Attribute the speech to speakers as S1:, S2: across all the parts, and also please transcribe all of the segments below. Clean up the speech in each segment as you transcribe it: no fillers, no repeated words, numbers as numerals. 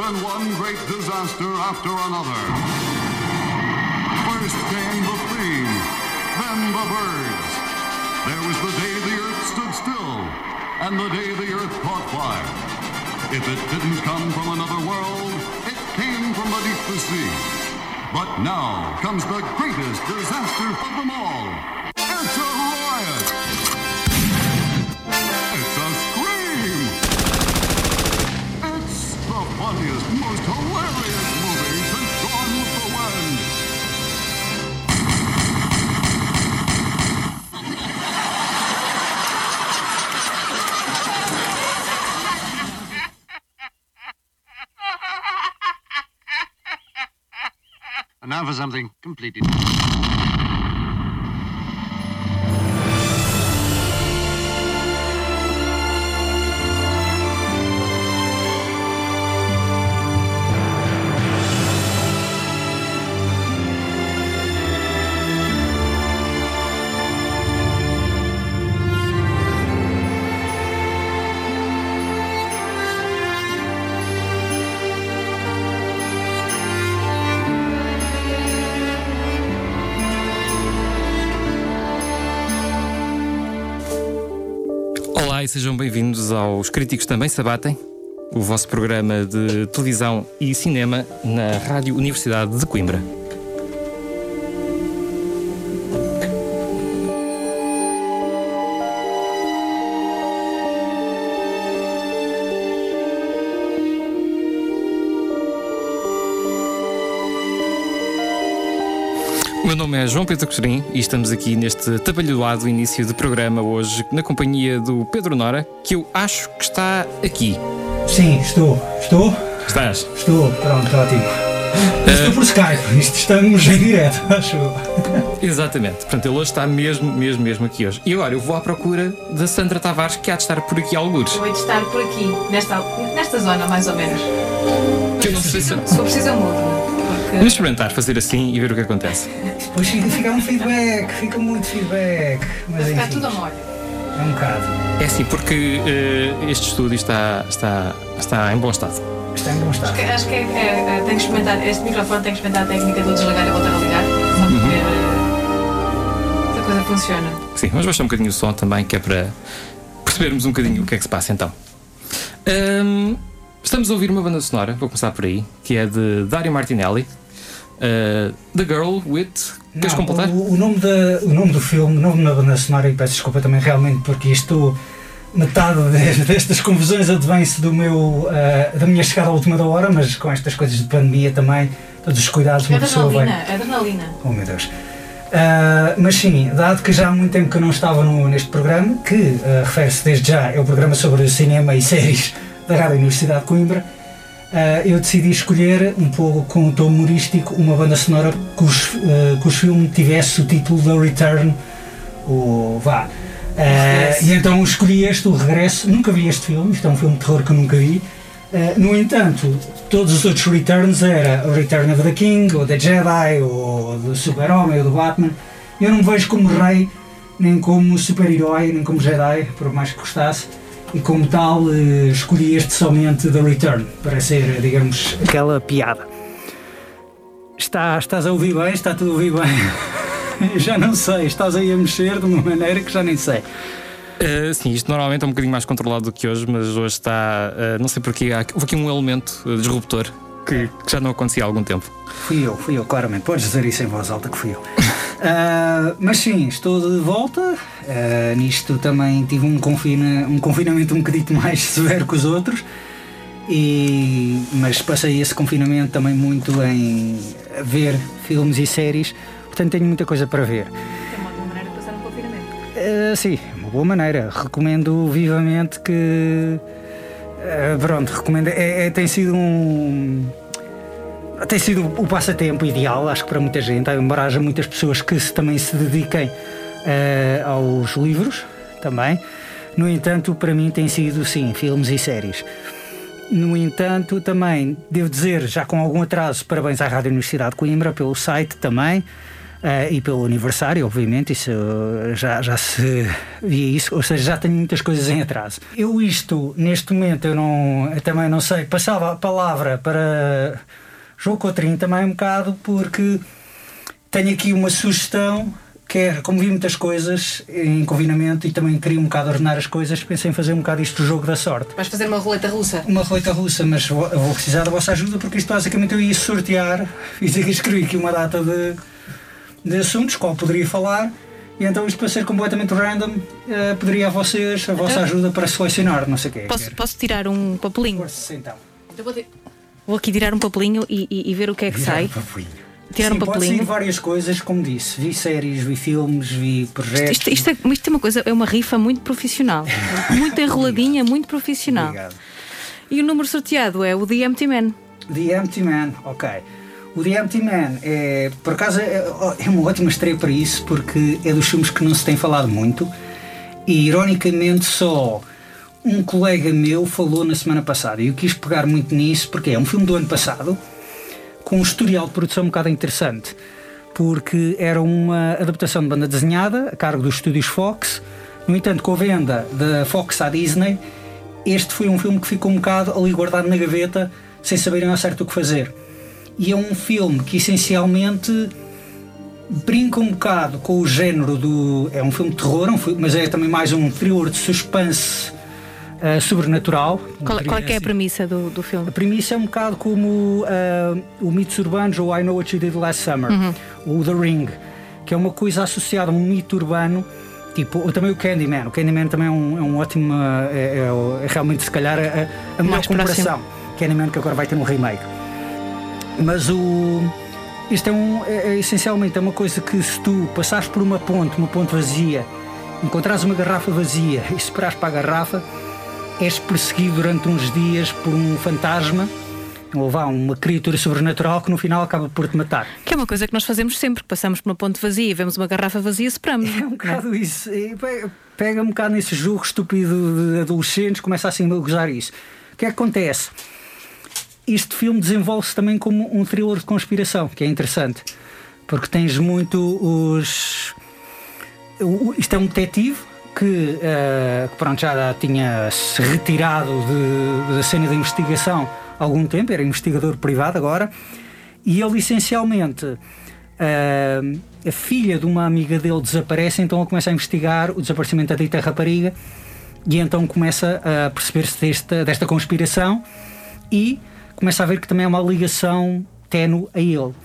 S1: been one great disaster after another. First came the theme, then the birds. There was the day the earth stood still, and the day the earth caught fire. If it didn't come from another world, it came from beneath the sea. But now comes the greatest disaster of them all. It's a riot! It's a scream! It's the funniest, most hilarious movie since Gone with the Wind.
S2: And now for something completely...
S3: Olá e sejam bem-vindos aos Críticos Também Se Abatem, o vosso programa de televisão e cinema na Rádio Universidade de Coimbra. O meu nome é João Pedro Coutrinho e estamos aqui neste atabalhoado início de programa hoje na companhia do Pedro Nora, que eu acho que está aqui.
S4: Sim, estou.
S3: Estás?
S4: Estou, pronto, ótimo. Estou por Skype, isto estamos em direto, acho.
S3: Exatamente, portanto ele hoje está mesmo aqui hoje. E agora eu vou à procura da Sandra Tavares, que há de estar por aqui algures.
S5: Eu hei de estar por aqui, nesta zona mais ou menos.
S3: Que eu não sei se...
S5: Se for preciso eu mudo.
S3: Vamos experimentar fazer assim e ver o que acontece.
S4: Depois fica um feedback, fica muito feedback. Mas
S5: Fica
S4: enfim,
S5: tudo a molho.
S4: é um bocado.
S3: É assim, porque este estúdio está em bom estado.
S4: Está em bom estado.
S5: Acho que tenho que experimentar, este microfone tem que experimentar a técnica de o desligar e voltar a ligar, só para ver se a coisa funciona.
S3: Sim, vamos baixar um bocadinho o som também, que é para percebermos um bocadinho o que é que se passa então. Estamos a ouvir uma banda sonora, vou começar por aí, que é de Dario Martinelli. The Girl with... Queres completar?
S4: O nome do filme, o nome da banda sonora, e peço desculpa também realmente porque isto, metade destas confusões advém-se da minha chegada à última da hora, mas com estas coisas de pandemia também, todos os cuidados uma pessoa vai...
S5: Adrenalina.
S4: Oh meu Deus. Mas sim, dado que já há muito tempo que eu não estava neste programa, que refere-se desde já, é o programa sobre cinema e séries da Rádio Universidade de Coimbra, eu decidi escolher, um pouco com o tom humorístico, uma banda sonora cujo filme tivesse o título The Return, e então escolhi este, O Regresso. Nunca vi este filme, isto é um filme de terror que eu nunca vi. No entanto, todos os outros Returns era o Return of the King, ou The Jedi, ou do Super-Homem, ou do Batman. Eu não me vejo como rei, nem como super-herói, nem como Jedi, por mais que gostasse. E como tal, escolhi este somente The Return, para ser, digamos, aquela piada. Estás a ouvir bem? Está tudo a ouvir bem? Já não sei, estás aí a mexer de uma maneira que já nem sei.
S3: Sim, isto normalmente é um bocadinho mais controlado do que hoje, mas hoje está, não sei porquê, houve aqui um elemento disruptor que já não acontecia há algum tempo.
S4: Fui eu, claramente. Podes dizer isso em voz alta que fui eu. Mas sim, estou de volta. Nisto também tive um confinamento um bocadinho mais severo que os outros. Mas passei esse confinamento também muito em ver filmes e séries. Portanto tenho muita coisa para ver.
S5: É uma boa maneira de passar um confinamento.
S4: Sim, uma boa maneira. Recomendo vivamente que... recomendo. Tem sido o passatempo ideal, acho que para muita gente, embora haja muitas pessoas que também se dediquem aos livros também. No entanto, para mim tem sido, sim, filmes e séries. No entanto, também devo dizer, já com algum atraso, parabéns à Rádio Universidade de Coimbra pelo site também. E pelo aniversário, obviamente, isso já se via isso, ou seja, já tenho muitas coisas em atraso. Neste momento, eu também não sei, passava a palavra para João Coutrinho também um bocado, porque tenho aqui uma sugestão, que é, como vi muitas coisas em confinamento e também queria um bocado ordenar as coisas, pensei em fazer um bocado isto do jogo da sorte.
S5: Vais fazer uma roleta russa?
S4: Uma roleta russa, mas eu vou precisar da vossa ajuda, porque isto basicamente eu ia sortear, escrevi aqui uma data de assuntos, qual poderia falar, e então isto para ser completamente random, poderia a vocês a vossa ajuda para selecionar, não sei o quê.
S6: Posso tirar um papelinho?
S4: Força, então.
S6: Vou aqui tirar um papelinho e ver o que é que sai. Tirar
S4: Sim,
S6: um papelinho.
S4: Pode ser várias coisas, como disse. Vi séries, vi filmes, vi projetos.
S6: Isto é uma coisa, é uma rifa muito profissional. Muito enroladinha, muito profissional.
S4: Obrigado.
S6: E o número sorteado é o The Empty Man.
S4: The Empty Man, ok. O The Empty Man é, por acaso, é uma ótima estreia para isso, porque é dos filmes que não se tem falado muito. E, ironicamente, só um colega meu falou na semana passada. E eu quis pegar muito nisso, porque é um filme do ano passado, com um historial de produção um bocado interessante, porque era uma adaptação de banda desenhada a cargo dos estúdios Fox. No entanto, com a venda da Fox à Disney, este foi um filme que ficou um bocado ali guardado na gaveta, sem saberem ao certo o que fazer. E é um filme que essencialmente brinca um bocado com o género do... É um filme de terror, mas é também mais um thriller de suspense sobrenatural.
S6: Qual é que é a premissa do filme?
S4: A premissa é um bocado como o Mitos Urbanos ou I Know What You Did Last Summer, ou The Ring, que é uma coisa associada a um mito urbano, tipo, ou também o Candyman. O Candyman também é um ótimo, é realmente se calhar a melhor comparação. Candyman, que agora vai ter um remake. Mas isto é essencialmente uma coisa que, se tu passares por uma ponte vazia, encontrares uma garrafa vazia e esperares para a garrafa, és perseguido durante uns dias por um fantasma ou uma criatura sobrenatural que no final acaba por te matar.
S6: Que é uma coisa que nós fazemos sempre, que passamos por uma ponte vazia e vemos uma garrafa vazia e esperamos.
S4: É um bocado isso. Pega um bocado nesse jogo estúpido de adolescentes, começa assim a gozar isso. O que é que acontece? Este filme desenvolve-se também como um thriller de conspiração, que é interessante, porque tens muito isto é um detetive que pronto, já tinha-se retirado da cena da investigação há algum tempo, era investigador privado agora, e ele essencialmente, a filha de uma amiga dele desaparece, então ele começa a investigar o desaparecimento da dita rapariga, e então começa a perceber-se desta conspiração e começa a ver que também é uma ligação ténue a ele.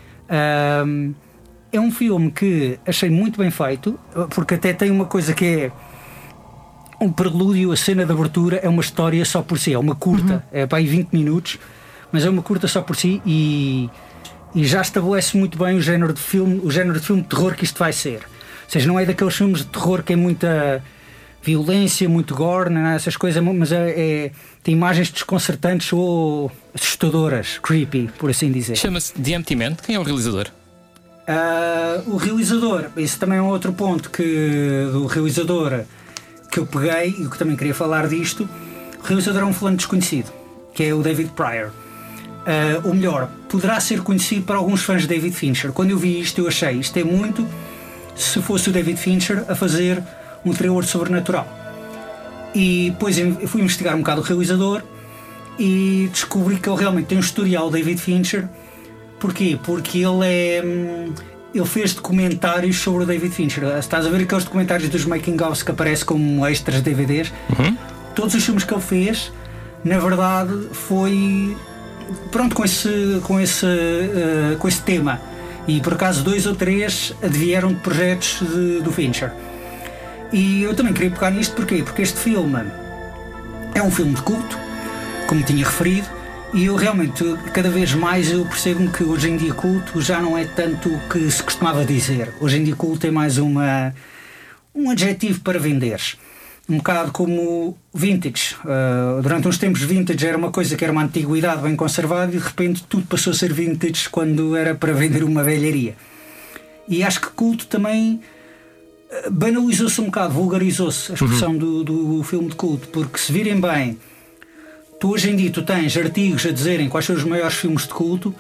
S4: É um filme que achei muito bem feito, porque até tem uma coisa que é um prelúdio. A cena de abertura é uma história só por si, é uma curta, é para aí 20 minutos, mas é uma curta só por si e já estabelece muito bem o género de filme de terror que isto vai ser. Ou seja, não é daqueles filmes de terror que é muita violência, muito gore, não é essas coisas, mas tem imagens desconcertantes ou assustadoras, creepy, por assim dizer.
S3: Chama-se The Empty Man. Quem é o realizador?
S4: O realizador, isso também é um outro ponto do realizador que eu peguei e que também queria falar disto. O realizador é um fulano desconhecido, que é o David Pryor. Ou melhor, poderá ser conhecido para alguns fãs de David Fincher. Quando eu vi isto, eu achei isto é muito se fosse o David Fincher a fazer um thriller sobrenatural. E depois eu fui investigar um bocado o realizador e descobri que ele realmente tem um historial David Fincher. Porquê? Porque ele fez documentários sobre o David Fincher. Estás a ver aqueles documentários dos making-ofs que aparecem como extras de DVDs? Todos os filmes que ele fez, na verdade, foi pronto com esse tema. E por acaso 2 ou 3 advieram de projetos do Fincher. E eu também queria pegar nisto, porquê? Porque este filme é um filme de culto, como tinha referido, e eu realmente, cada vez mais eu percebo que hoje em dia culto já não é tanto o que se costumava dizer. Hoje em dia culto é mais um adjetivo para venderes. Um bocado como vintage. Durante uns tempos vintage era uma coisa que era uma antiguidade bem conservada e de repente tudo passou a ser vintage quando era para vender uma velharia. E acho que culto também banalizou-se um bocado, vulgarizou-se a expressão do filme de culto, porque se virem bem, hoje em dia tu tens artigos a dizerem quais são os maiores filmes de culto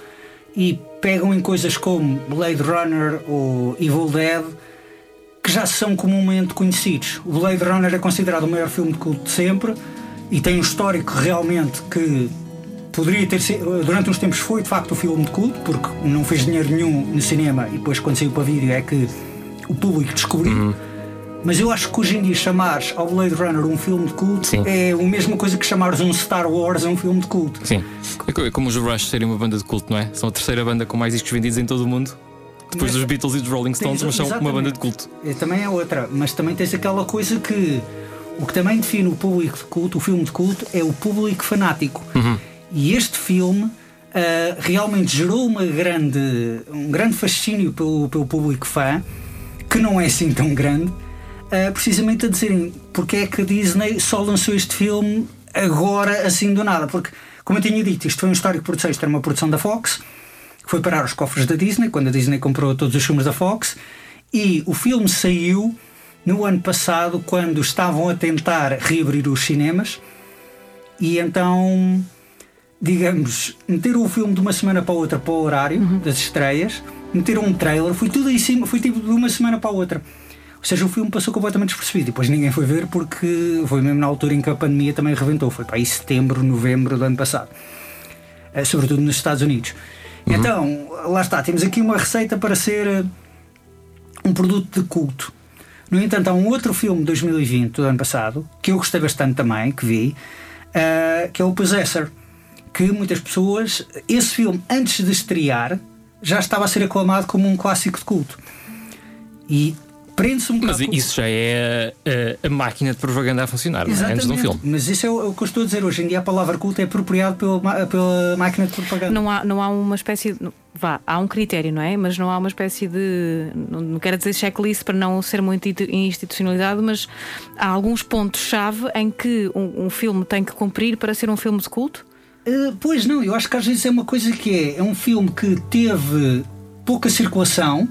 S4: e pegam em coisas como Blade Runner ou Evil Dead, que já são comumente conhecidos. O Blade Runner é considerado o maior filme de culto de sempre e tem um histórico realmente que poderia ter sido, durante uns tempos foi de facto o filme de culto, porque não fez dinheiro nenhum no cinema e depois quando saiu para vídeo é que o público descobriu. Mas eu acho que hoje em dia chamares ao Blade Runner um filme de culto
S3: Sim.
S4: é a mesma coisa que chamares um Star Wars a um filme de culto.
S3: Sim. É como os Rush serem uma banda de culto, não é? São a terceira banda com mais discos vendidos em todo o mundo. Depois dos Beatles e dos Rolling Stones, mas são uma banda de culto.
S4: Também é outra, mas também tens aquela coisa que o que também define o público de culto, o filme de culto, é o público fanático. E este filme realmente gerou um grande fascínio pelo público fã, que não é assim tão grande, precisamente a dizerem porque é que a Disney só lançou este filme agora assim do nada. Porque, como eu tinha dito, isto foi um histórico de produção, isto era uma produção da Fox, que foi parar os cofres da Disney, quando a Disney comprou todos os filmes da Fox, e o filme saiu no ano passado, quando estavam a tentar reabrir os cinemas, e então, digamos, meteram o filme de uma semana para a outra para o horário das estreias, meteram um trailer, foi tudo em cima, foi tipo de uma semana para a outra. Ou seja, o filme passou completamente despercebido. Depois ninguém foi ver porque foi mesmo na altura em que a pandemia também rebentou. Foi para aí setembro, novembro do ano passado. Sobretudo nos Estados Unidos. Então, lá está, temos aqui uma receita para ser um produto de culto. No entanto, há um outro filme de 2020, do ano passado, que eu gostei bastante também, que vi, que é o Possessor. Que muitas pessoas, esse filme, antes de estrear, já estava a ser aclamado como um clássico de culto. E prende-se um bocado.
S3: Mas isso já é a máquina de propaganda a funcionar, não é? Antes de um filme.
S4: Mas isso é o que eu estou a dizer hoje em dia. A palavra culto é apropriado pela máquina de propaganda.
S6: Não há uma espécie de, há um critério, não é? Mas não há uma espécie de, não quero dizer checklist para não ser muito institucionalizado, mas há alguns pontos-chave em que um filme tem que cumprir para ser um filme de culto?
S4: Pois não, eu acho que às vezes é uma coisa que é um filme que teve pouca circulação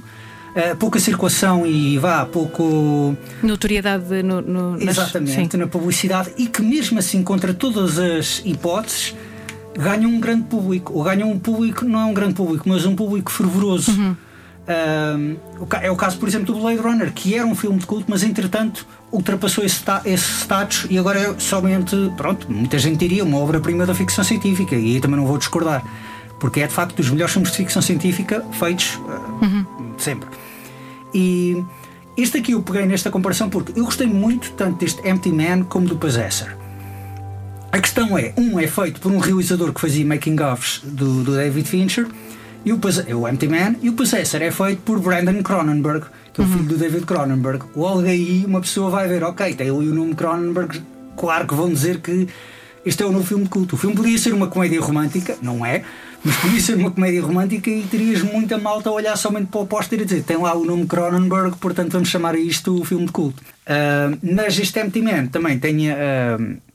S4: e pouco
S6: notoriedade
S4: exatamente, na publicidade, e que mesmo assim, contra todas as hipóteses, ganham um grande público, ou ganham um público, não é um grande público, mas um público fervoroso. É o caso, por exemplo, do Blade Runner, que era um filme de culto, mas entretanto ultrapassou esse status e agora é somente, pronto, muita gente diria uma obra-prima da ficção científica, e aí também não vou discordar, porque é de facto dos melhores filmes de ficção científica feitos sempre. E este aqui eu peguei nesta comparação porque eu gostei muito tanto deste Empty Man como do Possessor. A questão é feito por um realizador que fazia making-ofs do David Fincher, e o Empty Man, e o Possessor é feito por Brandon Cronenberg, que é o filho do David Cronenberg. Logo aí uma pessoa vai ver, ok, tem ali o nome Cronenberg, claro que vão dizer que este é o novo filme de culto. O filme podia ser uma comédia romântica, não é? Mas podia ser uma comédia romântica e terias muita malta a olhar somente para o póster e dizer, tem lá o nome Cronenberg, portanto vamos chamar a isto o filme de culto. Mas este Empty Man também tem a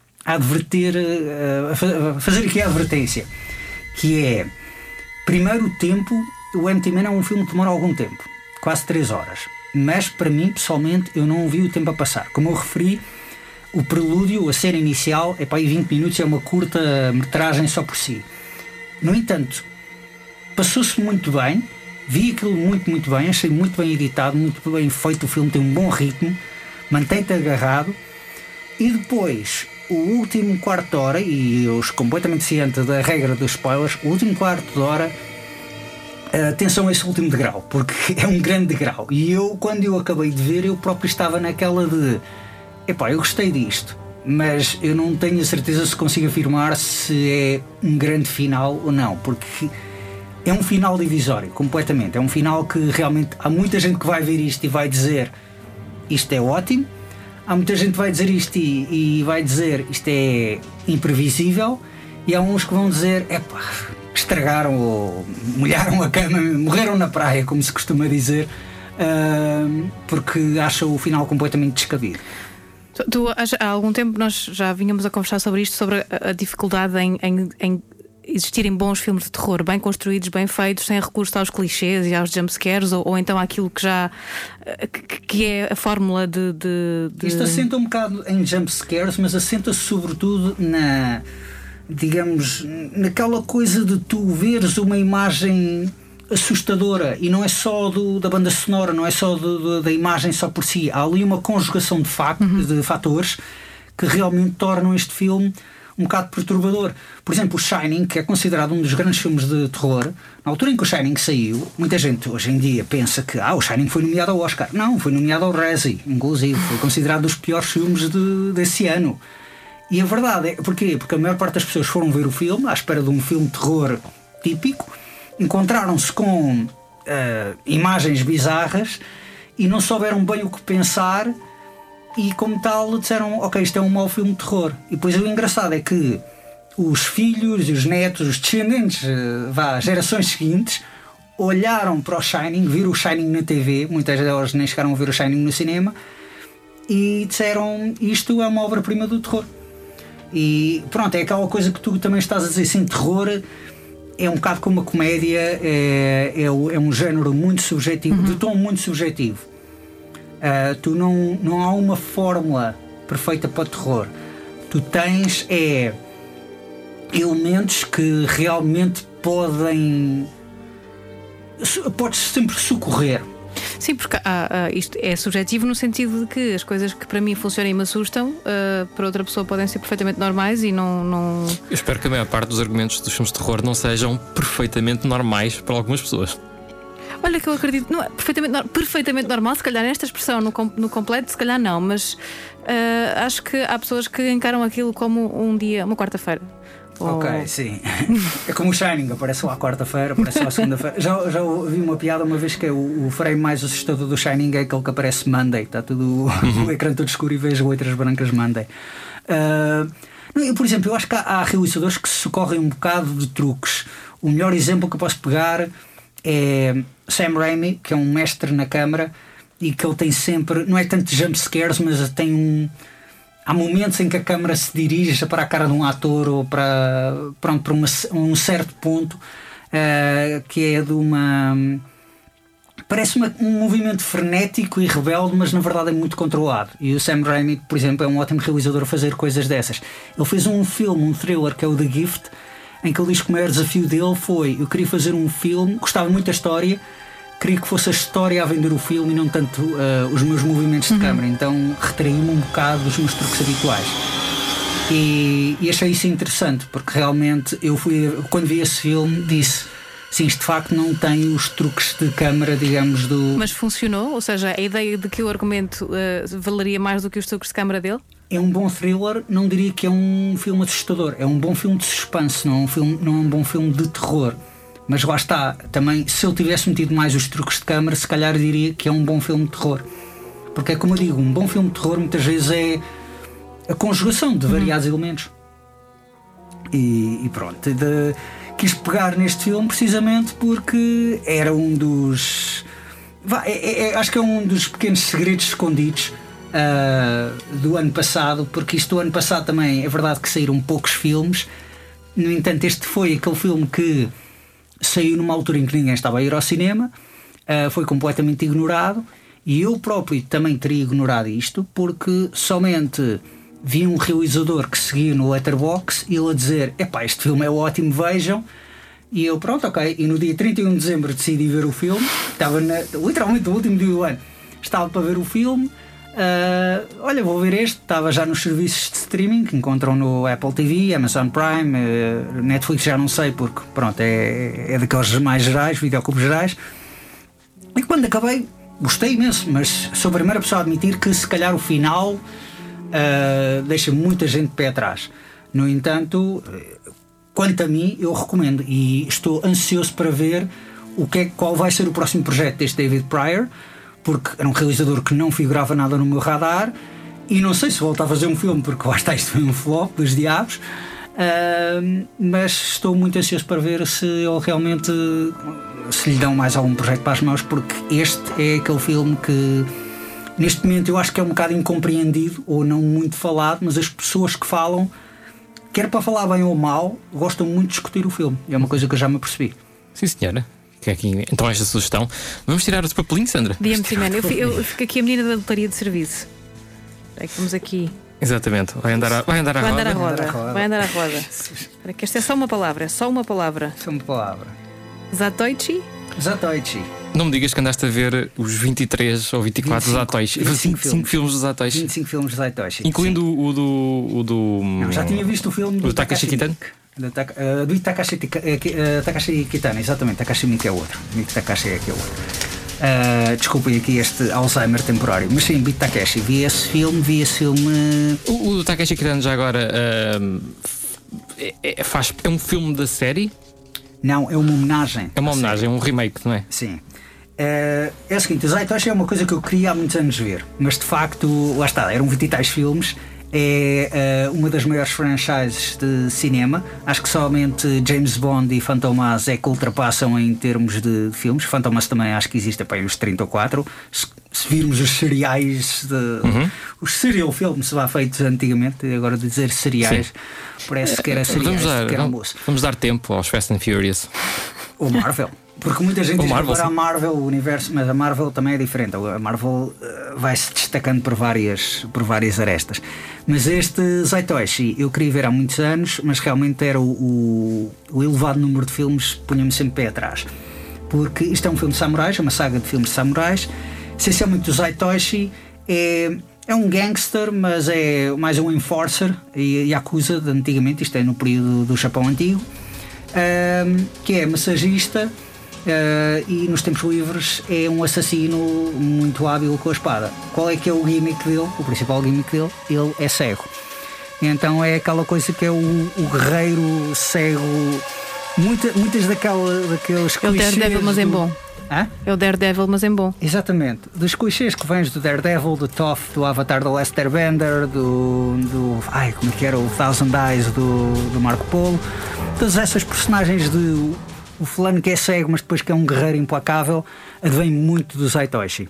S4: fazer aqui a advertência, que é, primeiro, o tempo. O Empty Man é um filme que demora algum tempo, quase 3 horas, mas para mim pessoalmente eu não vi o tempo a passar. Como eu referi, o prelúdio, a cena inicial, é para aí 20 minutos, é uma curta metragem só por si. No entanto, passou-se muito bem, vi aquilo muito, muito bem, achei muito bem editado, muito bem feito, o filme tem um bom ritmo, mantém-te agarrado, e depois, o último quarto de hora, e eu estou completamente ciente da regra dos spoilers, o último quarto de hora, atenção a esse último degrau, porque é um grande degrau, e eu, quando eu acabei de ver, eu próprio estava naquela de, eu gostei disto, mas eu não tenho a certeza se consigo afirmar se é um grande final ou não, porque é um final divisório, completamente. É um final que realmente há muita gente que vai ver isto e vai dizer isto é ótimo, há muita gente que vai dizer isto e vai dizer isto é imprevisível, e há uns que vão dizer estragaram ou molharam a cama, morreram na praia, como se costuma dizer, porque acham o final completamente descabido.
S6: Há algum tempo nós já vínhamos a conversar sobre isto, sobre a dificuldade em existirem bons filmes de terror, bem construídos, bem feitos, sem recurso aos clichês e aos jumpscares, ou então àquilo que já que é a fórmula de...
S4: Isto assenta um bocado em jumpscares, mas assenta-se sobretudo digamos, naquela coisa de tu veres uma imagem assustadora, e não é só da banda sonora, não é só da imagem só por si. Há ali uma conjugação de fatores que realmente tornam este filme um bocado perturbador. Por exemplo, o Shining, que é considerado um dos grandes filmes de terror, na altura em que o Shining saiu, muita gente hoje em dia pensa que o Shining foi nomeado ao Oscar. Não, foi nomeado ao Razzie, inclusive. Foi considerado um dos piores filmes desse ano. E a verdade é... Porquê? Porque a maior parte das pessoas foram ver o filme à espera de um filme de terror típico, encontraram-se com imagens bizarras e não souberam bem o que pensar, e como tal disseram, ok, isto é um mau filme de terror. E depois o engraçado é que os filhos, os netos, os descendentes, gerações seguintes, olharam para o Shining, viram o Shining na TV, muitas delas nem chegaram a ver o Shining no cinema, e disseram, isto é uma obra-prima do terror. E pronto, é aquela coisa que tu também estás a dizer, sim, terror é um bocado como a comédia, é um género muito subjetivo, de tom muito subjetivo. Tu não há uma fórmula perfeita para terror. Tu tens elementos que realmente podes sempre socorrer.
S6: Sim, porque isto é subjetivo no sentido de que as coisas que para mim funcionam e me assustam, para outra pessoa podem ser perfeitamente normais e não...
S3: Eu espero que a maior parte dos argumentos dos filmes de terror não sejam perfeitamente normais para algumas pessoas.
S6: Olha, que eu acredito, não é perfeitamente normal, se calhar nesta expressão no completo, se calhar não, mas acho que há pessoas que encaram aquilo como um dia, uma quarta-feira.
S4: Ok, sim. É como o Shining, aparece lá à quarta-feira, aparece lá à segunda-feira. Já ouvi uma piada uma vez que é o frame mais assustador do Shining é aquele que aparece Monday, está tudo o ecrã todo escuro e vejo letras brancas Monday. Por exemplo, eu acho que há realizadores que se socorrem um bocado de truques. O melhor exemplo que eu posso pegar é Sam Raimi, que é um mestre na câmara, e que ele tem sempre, não é tanto jump scares, mas há momentos em que a câmara se dirige para a cara de um ator ou para um certo ponto, que é de parece um movimento frenético e rebelde, mas na verdade é muito controlado. E o Sam Raimi, por exemplo, é um ótimo realizador a fazer coisas dessas. Ele fez um filme, um thriller, que é o The Gift, em que ele diz que o maior desafio dele foi: eu queria fazer um filme, gostava muito da história, queria que fosse a história a vender o filme e não tanto os meus movimentos de câmara. Então retraí-me um bocado dos meus truques habituais. E achei isso interessante, porque realmente quando vi esse filme, disse: sim, isto de facto não tem os truques de câmara, digamos, do...
S6: Mas funcionou? Ou seja, a ideia de que o argumento valeria mais do que os truques de câmara dele?
S4: É um bom thriller, não diria que é um filme assustador. É um bom filme de suspense, não é um bom filme de terror. Mas lá está, também, se ele tivesse metido mais os truques de câmara, se calhar diria que é um bom filme de terror. Porque é como eu digo, um bom filme de terror muitas vezes é a conjugação de variados elementos. E pronto, quis pegar neste filme precisamente porque era um dos... acho que é um dos pequenos segredos escondidos do ano passado, porque isto do ano passado também é verdade que saíram poucos filmes. No entanto, este foi aquele filme que saiu numa altura em que ninguém estava a ir ao cinema, foi completamente ignorado, e eu próprio também teria ignorado isto, porque somente vi um realizador que seguia no Letterboxd e ele a dizer: epá, este filme é ótimo, vejam. E eu, pronto, ok. E no dia 31 de dezembro decidi ver o filme, estava literalmente no último dia do ano, estava para ver o filme. Olha, vou ver este. Estava já nos serviços de streaming que encontram no Apple TV, Amazon Prime, Netflix, já não sei, porque pronto, é daqueles mais gerais, videoclubes gerais. E quando acabei, gostei imenso, mas sou a primeira pessoa a admitir que se calhar o final deixa muita gente de pé atrás. No entanto, quanto a mim, eu recomendo e estou ansioso para ver qual vai ser o próximo projeto deste David Pryor, porque era um realizador que não figurava nada no meu radar, e não sei se volta a fazer um filme, porque lá está, isto foi um flop dos diabos, mas estou muito ansioso para ver se ele realmente se lhe dão mais algum projeto para as mãos, porque este é aquele filme que neste momento eu acho que é um bocado incompreendido ou não muito falado, mas as pessoas que falam, quer para falar bem ou mal, gostam muito de discutir o filme. É uma coisa que eu já me apercebi.
S3: Sim, senhora. Então esta sugestão. Vamos tirar o papelinho, Sandra?
S6: Diga-me, Ximena, eu fico aqui a menina da lotaria de serviço. É que vamos aqui.
S3: Exatamente. Vai andar a roda.
S6: Vai andar a roda. Para que esta é só uma palavra,
S4: Só uma palavra.
S6: Zatoichi?
S4: Zatoichi.
S3: Não me digas que andaste a ver os 23 ou 24 Zatoichi. 25 filmes do Zatoichi.
S4: 25 filmes de Zatoichi.
S3: Incluindo o do.
S4: Não, já tinha visto o filme do
S3: Takashi Kitano?
S4: Do Takashi Kitano, exatamente. Takashi Miike é o outro. Miike Takashi é aquele outro. Desculpem aqui este Alzheimer temporário. Mas sim, Beat Takeshi. Vi esse filme.
S3: O Takashi Kitano já agora é um filme da série?
S4: Não, é uma homenagem.
S3: É uma homenagem, um remake, não é?
S4: Sim. É o seguinte, o Zatoichi é uma coisa que eu queria há muitos anos ver, mas de facto, lá está, eram 20 e tais filmes. É uma das maiores franchises de cinema. Acho que somente James Bond e Fantomas é que ultrapassam em termos de filmes. Fantomas também acho que existe para aí uns 30 ou 4. Se virmos os seriais, os serial filmes lá feitos antigamente, agora dizer seriais, parece que era seriais, que era almoço.
S3: Vamos dar tempo aos Fast and Furious.
S4: Ou Marvel. Porque muita gente diz que agora a Marvel, o universo, mas a Marvel também é diferente. A Marvel vai-se destacando por várias arestas. Mas este Zatoichi eu queria ver há muitos anos, mas realmente era o elevado número de filmes punha-me sempre pé atrás. Porque isto é um filme de samurais, é uma saga de filmes de samurais. Essencialmente o Zatoichi é um gangster, mas é mais um enforcer e Yakuza de antigamente, isto é no período do Japão antigo, que é massagista. E nos tempos livres é um assassino muito hábil com a espada. Qual é que é o gimmick dele? O principal gimmick dele? Ele é cego. Então é aquela coisa que é o guerreiro cego. Muitas daqueles
S6: É o Daredevil, mas em bom.
S4: Hã?
S6: É o Daredevil, mas em bom.
S4: Exatamente. Dos clichês que vens do Daredevil, do Toph, do Avatar da Last Airbender, como é que era? O Thousand Eyes do Marco Polo. Todas essas personagens de o fulano que é cego, mas depois que é um guerreiro implacável, advém muito do Zatoichi.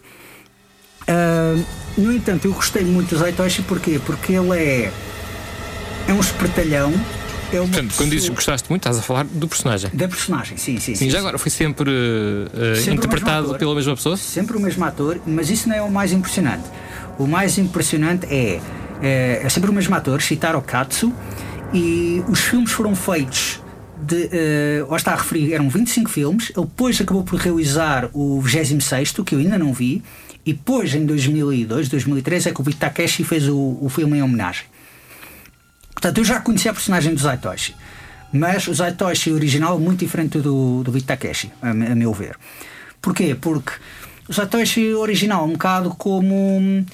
S4: No entanto, eu gostei muito do Zatoichi, porquê? Porque ele é um espertalhão.
S3: Portanto, quando dizes que gostaste muito, estás a falar do personagem.
S4: Da personagem, sim.
S3: Já agora foi sempre interpretado pela mesma pessoa?
S4: Sempre o mesmo ator, mas isso não é o mais impressionante. O mais impressionante é sempre o mesmo ator, Shitaro Katsu, e os filmes foram feitos lá está a referir, eram 25 filmes. Ele depois acabou por realizar o 26º, que eu ainda não vi, e depois em 2002, 2003 é que o Beat Takeshi fez o filme em homenagem. Portanto, eu já conhecia a personagem do Zatoichi, mas o Zatoichi original é muito diferente do Beat Takeshi, a meu ver. Porquê? Porque o Zatoichi original é um bocado como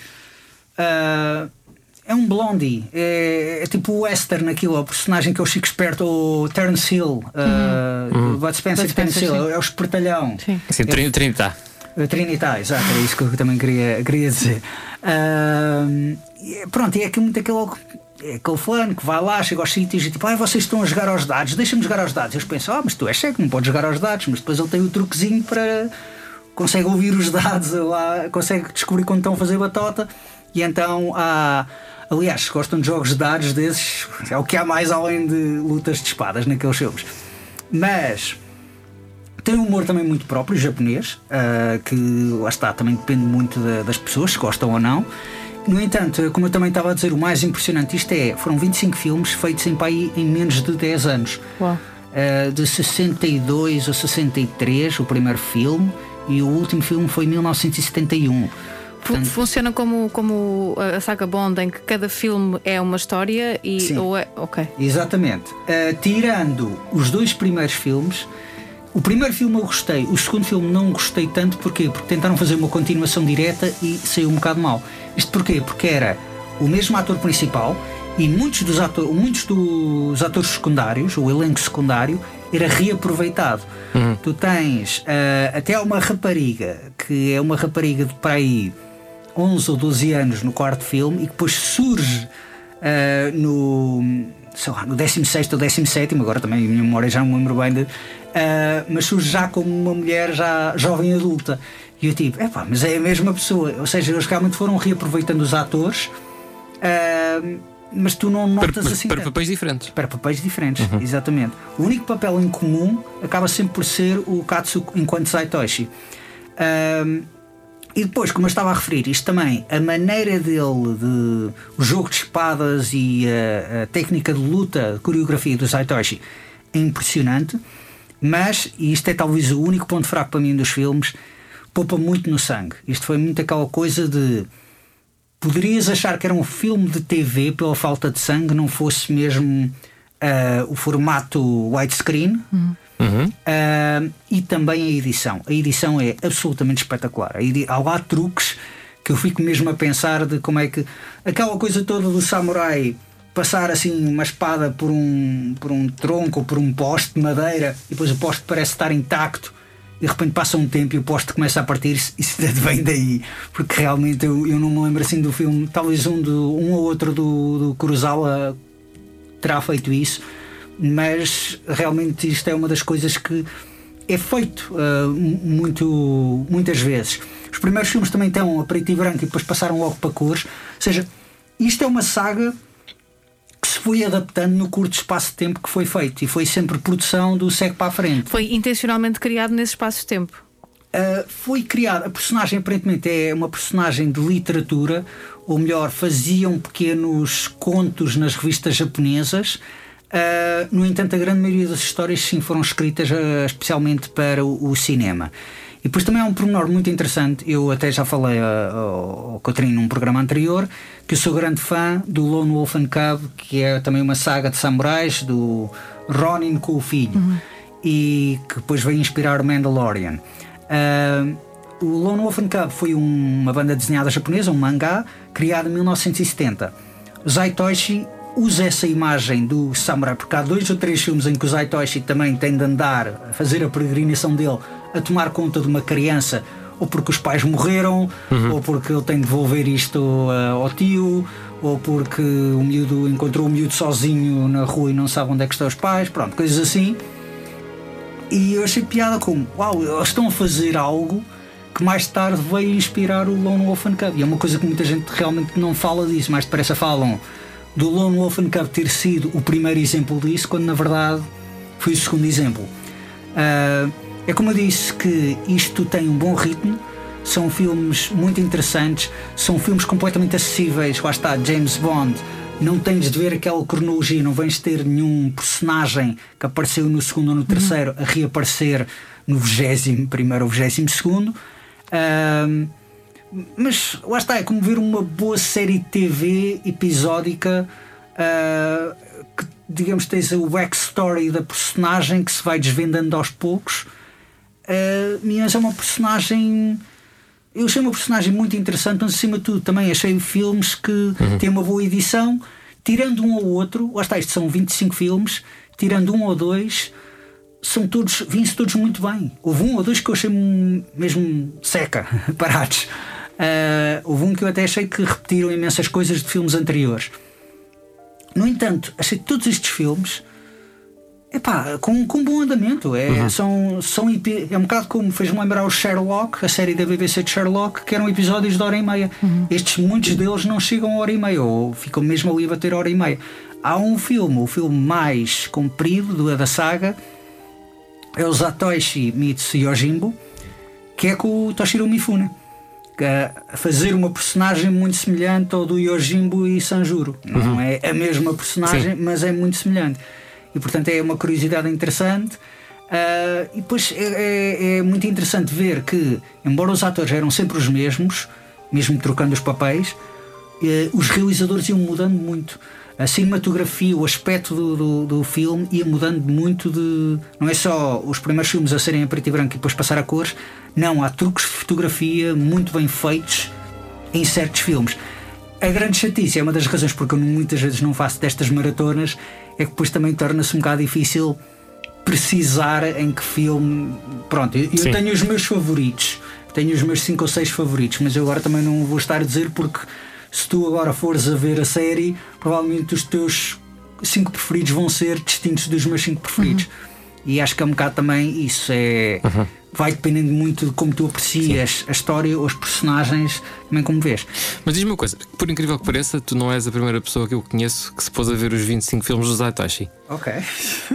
S4: é um blondie, é tipo o western, aquilo, é o personagem que é o Chico Esperto, o Terence Hill, Bud Spencer e Terence Hill, é o espertalhão.
S3: Sim, Trinitá.
S4: Trinitá, exato, era isso que eu também queria dizer. Pronto, e é muito aquele fulano que vai lá, chega aos sítios e tipo, vocês estão a jogar aos dados, deixa-me jogar aos dados. Eu penso, mas tu és cego, não podes jogar aos dados, mas depois ele tem o truquezinho para consegue ouvir os dados, consegue descobrir quando estão a fazer batota, e então aliás, se gostam de jogos de dados desses, é o que há mais além de lutas de espadas naqueles filmes. Mas tem um humor também muito próprio, japonês, que lá está, também depende muito das pessoas, se gostam ou não. No entanto, como eu também estava a dizer, o mais impressionante isto foram 25 filmes feitos em menos de 10 anos.
S6: Uau.
S4: De 62 ou 63 o primeiro filme, e o último filme foi em 1971.
S6: Portanto, funciona como a saga Bond, em que cada filme é uma história e
S4: sim.
S6: Ok.
S4: Exatamente. Tirando os dois primeiros filmes, o primeiro filme eu gostei, o segundo filme não gostei tanto. Porquê? Porque tentaram fazer uma continuação direta e saiu um bocado mal. Isto porquê? Porque era o mesmo ator principal e muitos dos atores secundários, o elenco secundário, era reaproveitado. Tu tens até uma rapariga, que é uma rapariga de para aí 11 ou 12 anos no quarto filme, e que depois surge no 16º ou 17º, agora também a minha memória já não me lembro bem, mas surge já como uma mulher já jovem adulta. E eu tipo, mas é a mesma pessoa. Ou seja, eles realmente foram reaproveitando os atores, mas tu não notas assim
S3: para papéis diferentes.
S4: Para papéis diferentes, exatamente. O único papel em comum acaba sempre por ser o Katsu enquanto Zatoichi. E depois, como eu estava a referir, isto também, a maneira dele, o jogo de espadas e a técnica de luta, a coreografia do Saitoshi é impressionante, mas, e isto é talvez o único ponto fraco para mim dos filmes, poupa muito no sangue. Isto foi muito aquela coisa de... Poderias achar que era um filme de TV pela falta de sangue, não fosse mesmo o formato widescreen. E também a edição. A edição é absolutamente espetacular. Há lá truques que eu fico mesmo a pensar de como é que aquela coisa toda do samurai passar assim uma espada por um tronco ou por um poste de madeira e depois o poste parece estar intacto e de repente passa um tempo e o poste começa a partir-se. Isso vem daí, porque realmente eu não me lembro assim do filme. Talvez um ou outro do Kurosawa terá feito isso, mas realmente isto é uma das coisas que é feito muitas vezes. Os primeiros filmes também estão a preto e branco e depois passaram logo para cores. Ou seja, isto é uma saga que se foi adaptando no curto espaço de tempo que foi feito, e foi sempre produção do segue para a frente.
S6: Foi intencionalmente criado nesse espaço de tempo?
S4: Foi criada, a personagem aparentemente é uma personagem de literatura, ou melhor, faziam pequenos contos nas revistas japonesas. No entanto, a grande maioria das histórias sim foram escritas especialmente para o cinema. E depois também há um pormenor muito interessante. Eu até já falei ao Coutinho num programa anterior que eu sou grande fã do Lone Wolf and Cub, que é também uma saga de samurais do Ronin com o filho, e que depois veio inspirar o Mandalorian. O Lone Wolf and Cub foi uma banda desenhada japonesa, um mangá, criado em 1970. O Saitoshi usa essa imagem do samurai, porque há 2 ou 3 filmes em que o Saitoshi também tem de andar, a fazer a peregrinação dele, a tomar conta de uma criança, ou porque os pais morreram, ou porque ele tem de devolver isto ao tio, ou porque o miúdo encontrou o miúdo sozinho na rua e não sabe onde é que estão os pais, pronto, coisas assim. E eu achei piada como, uau, eles estão a fazer algo que mais tarde veio inspirar o Lone Wolf and Cub. E é uma coisa que muita gente realmente não fala disso, mais depressa falam do Lone Wolf and Cub ter sido o primeiro exemplo disso, quando na verdade foi o segundo exemplo. É como eu disse, que isto tem um bom ritmo, são filmes muito interessantes, são filmes completamente acessíveis. Lá está, James Bond, não tens de ver aquela cronologia, não vens ter nenhum personagem que apareceu no segundo ou no terceiro a reaparecer no 21º ou 22º. Mas lá está, é como ver uma boa série de TV episódica, que digamos tens o backstory da personagem que se vai desvendando aos poucos. Mas é uma personagem, eu achei uma personagem muito interessante, mas acima de tudo também achei filmes que têm uma boa edição, tirando um ou outro. Lá está, isto são 25 filmes, tirando um ou dois, vêm-se todos muito bem. Houve um ou dois que eu achei mesmo seca, parados. Houve um que eu até achei que repetiram imensas coisas de filmes anteriores. No entanto, achei todos estes filmes com bom andamento. É um bocado como fez-me lembrar o Sherlock, a série da BBC de Sherlock, que eram episódios de hora e meia. Muitos deles não chegam a hora e meia, ou ficam mesmo ali a bater hora e meia. Há o filme mais comprido da saga é o Satoshi meets Yojimbo, que é com o Toshiro Mifune, a fazer uma personagem muito semelhante ao do Yojimbo e Sanjuro. Não é a mesma personagem, mas é muito semelhante. E portanto é uma curiosidade interessante. E depois é muito interessante ver que, embora os atores eram sempre os mesmos, mesmo trocando os papéis, os realizadores iam mudando muito. A cinematografia, o aspecto do filme ia mudando muito. Não é só os primeiros filmes a serem a preto e branco e depois passar a cores. Não, há truques de fotografia muito bem feitos em certos filmes. A grande chatice, é uma das razões porque eu muitas vezes não faço destas maratonas, é que depois também torna-se um bocado difícil precisar em que filme. Pronto, eu tenho os meus favoritos, tenho os meus 5 ou 6 favoritos, mas eu agora também não vou estar a dizer, porque se tu agora fores a ver a série, provavelmente os teus 5 preferidos vão ser distintos dos meus 5 preferidos. E acho que é um bocado também isso. Vai dependendo muito de como tu aprecias a história ou os personagens, também como vês.
S3: Mas diz-me uma coisa, por incrível que pareça, tu não és a primeira pessoa que eu conheço que se pôs a ver os 25 filmes do Saitoshi.
S4: Ok.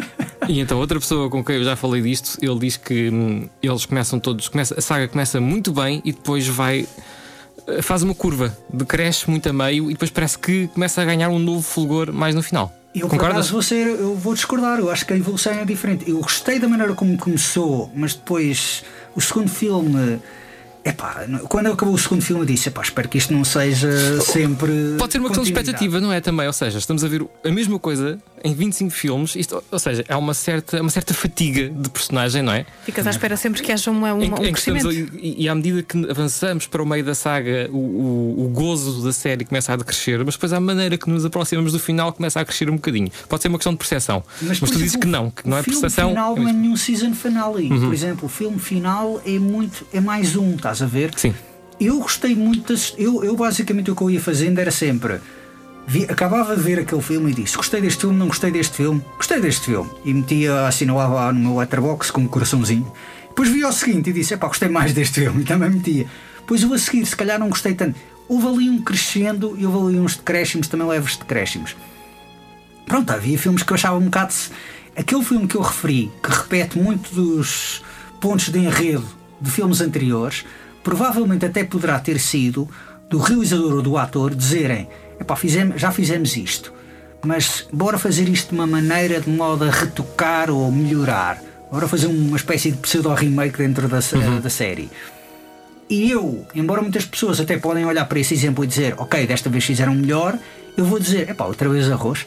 S3: E então outra pessoa com quem eu já falei disto, ele diz que eles começam todos, a saga começa muito bem e depois faz uma curva, decresce muito a meio e depois parece que começa a ganhar um novo fulgor mais no final. Concordas?
S4: Eu vou discordar, eu acho que a evolução é diferente. Eu gostei da maneira como começou, mas depois o segundo filme. Quando acabou o segundo filme eu disse, espero que isto não seja sempre.
S3: Pode ser uma questão de expectativa, não é? Também, ou seja, estamos a ver a mesma coisa em 25 filmes, ou seja, há uma certa fatiga de personagem, não é?
S6: Ficas à espera sempre que haja um crescimento.
S3: E à medida que avançamos para o meio da saga, o gozo da série começa a decrescer, mas depois à maneira que nos aproximamos do final começa a crescer um bocadinho. Pode ser uma questão de percepção, mas tu dizes que não é percepção.
S4: O final não é nenhum season finale. Por exemplo, o filme final é mais um, estás a ver?
S3: Sim.
S4: Eu gostei muito eu basicamente o que eu ia fazendo era sempre acabava de ver aquele filme e disse gostei deste filme, não gostei deste filme, gostei deste filme, e metia, assinalava no meu letterbox com um coraçãozinho. Depois via o seguinte e disse gostei mais deste filme, e também metia. Depois o a seguir se calhar não gostei tanto. Houve ali um crescendo e houve ali uns decréscimos, também leves decréscimos. Pronto, havia filmes que eu achava um bocado. Aquele filme que eu referi, que repete muito dos pontos de enredo de filmes anteriores, provavelmente até poderá ter sido do realizador ou do ator dizerem já fizemos isto, mas bora fazer isto de uma maneira de modo a retocar ou melhorar, bora fazer uma espécie de pseudo-remake dentro da série. E eu, embora muitas pessoas até podem olhar para esse exemplo e dizer ok, desta vez fizeram melhor, eu vou dizer outra vez arroz.